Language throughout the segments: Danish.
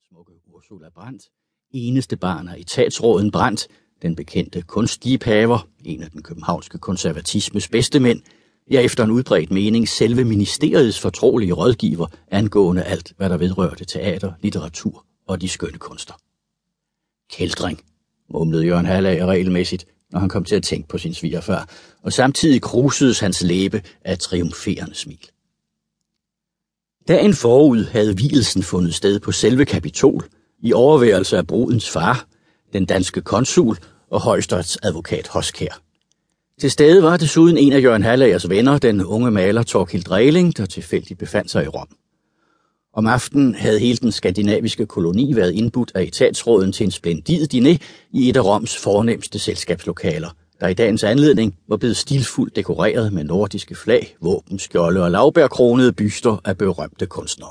smukke Ursula Brandt, eneste barn af etatsråden Brandt, den bekendte kunstliebhaver, en af den københavnske konservatismes bedstemænd, ja efter en udbredt mening selve ministeriets fortrolige rådgiver angående alt, hvad der vedrørte teater, litteratur og de skønne kunster. Kældring, mumlede Jørgen Hallager regelmæssigt, når han kom til at tænke på sin svigerfar, og samtidig krusedes hans læbe af et triumferende smil. Dagen forud havde vielsen fundet sted på selve Kapitol, i overværelse af brudens far, den danske konsul og højesteretsadvokat Hoskær. Til stede var desuden en af Jørgen Hallagers venner, den unge maler Thorkild Dreling, der tilfældigt befandt sig i Rom. Om aftenen havde hele den skandinaviske koloni været indbudt af etatsråden til en splendid diner i et af Roms fornemste selskabslokaler, der i dagens anledning var blevet stilfuldt dekoreret med nordiske flag, våben, skjolde og laurbærkronede byster af berømte kunstnere.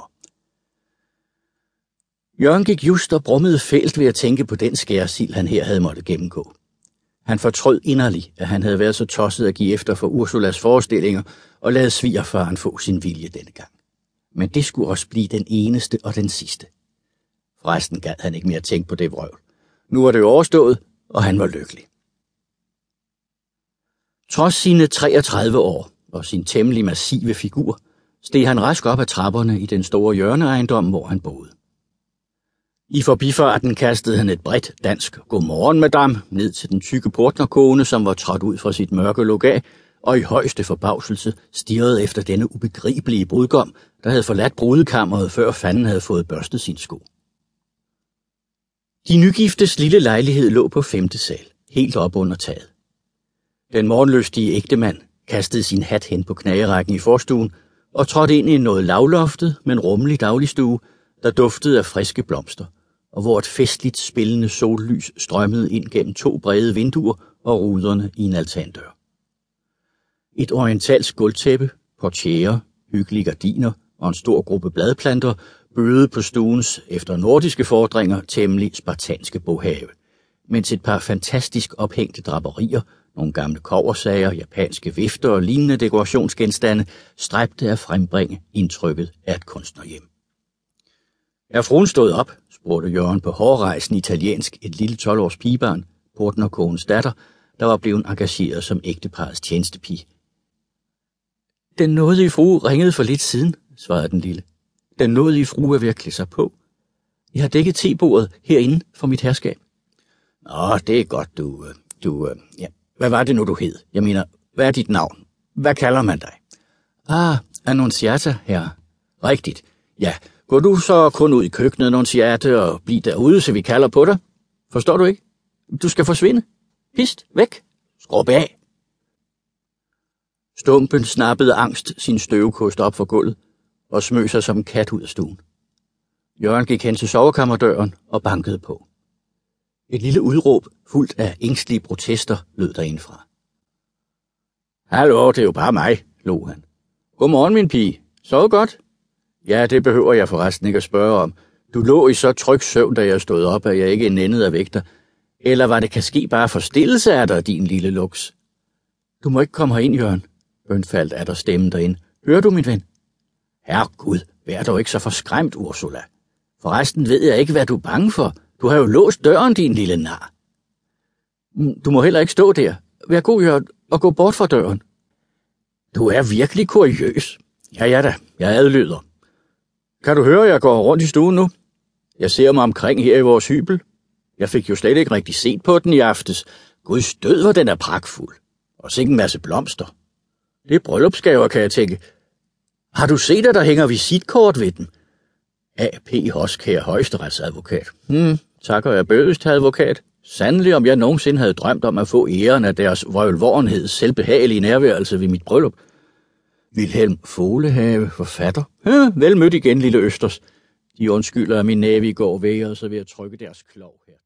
Jørgen gik just og brummede fælt ved at tænke på den skærsild, han her havde måttet gennemgå. Han fortrød inderligt, at han havde været så tosset at give efter for Ursulas forestillinger og lade svigerfaren få sin vilje denne gang. Men det skulle også blive den eneste og den sidste. Forresten gad han ikke mere tænke på det vrøvl. Nu var det jo overstået, og han var lykkelig. Trods sine 33 år og sin temmelig massive figur, steg han rask op ad trapperne i den store hjørneejendom, hvor han boede. I forbifarten kastede han et bredt dansk godmorgen, madame, ned til den tykke portnerkone, som var trådt ud fra sit mørke lokal, og i højeste forbavselse stirrede efter denne ubegribelige brudgom, der havde forladt brudekammeret, før fanden havde fået børstet sin sko. De nygiftes lille lejlighed lå på 5. sal, helt op under taget. Den morgenlystige ægtemand kastede sin hat hen på knagerækken i forstuen og trådte ind i noget lavloftet, men rummelig dagligstue, der duftede af friske blomster, og hvor et festligt spillende sollys strømmede ind gennem 2 brede vinduer og ruderne i en altandør. Et orientalsk gulvtæppe, portiere, hyggelige gardiner og en stor gruppe bladplanter bødede på stuens efter nordiske fordringer temmelig spartanske bohave, mens et par fantastisk ophængte draperier, nogle gamle kobbersager, japanske vifter og lignende dekorationsgenstande stræbte at frembringe indtrykket af et kunstnerhjem. Er fruen stået op, spurgte Jørgen på hårrejsen italiensk et lille 12-års pigebarn, portnerkonens datter, der var blevet engageret som ægteparets tjenestepige. Den nådige frue ringede for lidt siden, svarede den lille. Den nådige frue er ved at klæde sig på. Jeg har dækket tebordet herinde for mit herskab. Nå, det er godt, ja. Hvad var det nu, du hed? Jeg mener, hvad er dit navn? Hvad kalder man dig? Annunciata, herre. Rigtigt. Ja, gå du så kun ud i køkkenet, Annunciata, og bliv derude, så vi kalder på dig. Forstår du ikke? Du skal forsvinde. Pist, væk. Skrub af. Stumpen snappede angst sin støvkost op for gulvet og smøg sig som en kat ud af stuen. Jørgen gik hen til sovekammerdøren og bankede på. Et lille udråb, fuldt af ængstlige protester, lød derindefra. Hallo, det er jo bare mig, lå han. Godmorgen, min pige. Sov godt? Ja, det behøver jeg forresten ikke at spørge om. Du lå i så tryg søvn, da jeg stod op, at jeg ikke nændede af vægter. Eller var det kanskje bare forstillelse af dig, din lille luks? Du må ikke komme herind, Jørgen, bønfaldt er der stemmen derinde. Hører du, min ven? Herregud, vær dog ikke så forskræmt, Ursula. Forresten ved jeg ikke, hvad du er bange for. Du har jo låst døren, din lille nar. Du må heller ikke stå der. Vær god, Jørgen, og gå bort fra døren. Du er virkelig kuriøs. Ja da, jeg adlyder. Kan du høre, jeg går rundt i stuen nu? Jeg ser mig omkring her i vores hybel. Jeg fik jo slet ikke rigtig set på den i aftes. Guds død, hvor den er pragtfuld. Og sikke en masse blomster. Det er bryllupsgaver, kan jeg tænke. Har du set, at der hænger visitkort ved den? A.P. Hoskær, højesteretsadvokat. Takker jeg bødigst, advokat. Sandelig, om jeg nogensinde havde drømt om at få æren af deres vrøvlvordenheds selvbehagelige nærværelse ved mit bryllup. Vilhelm Foglehave, forfatter. Vel mødt igen, lille Østers. De undskylder, at min næve i går vægrede sig ved at trykke deres klov her.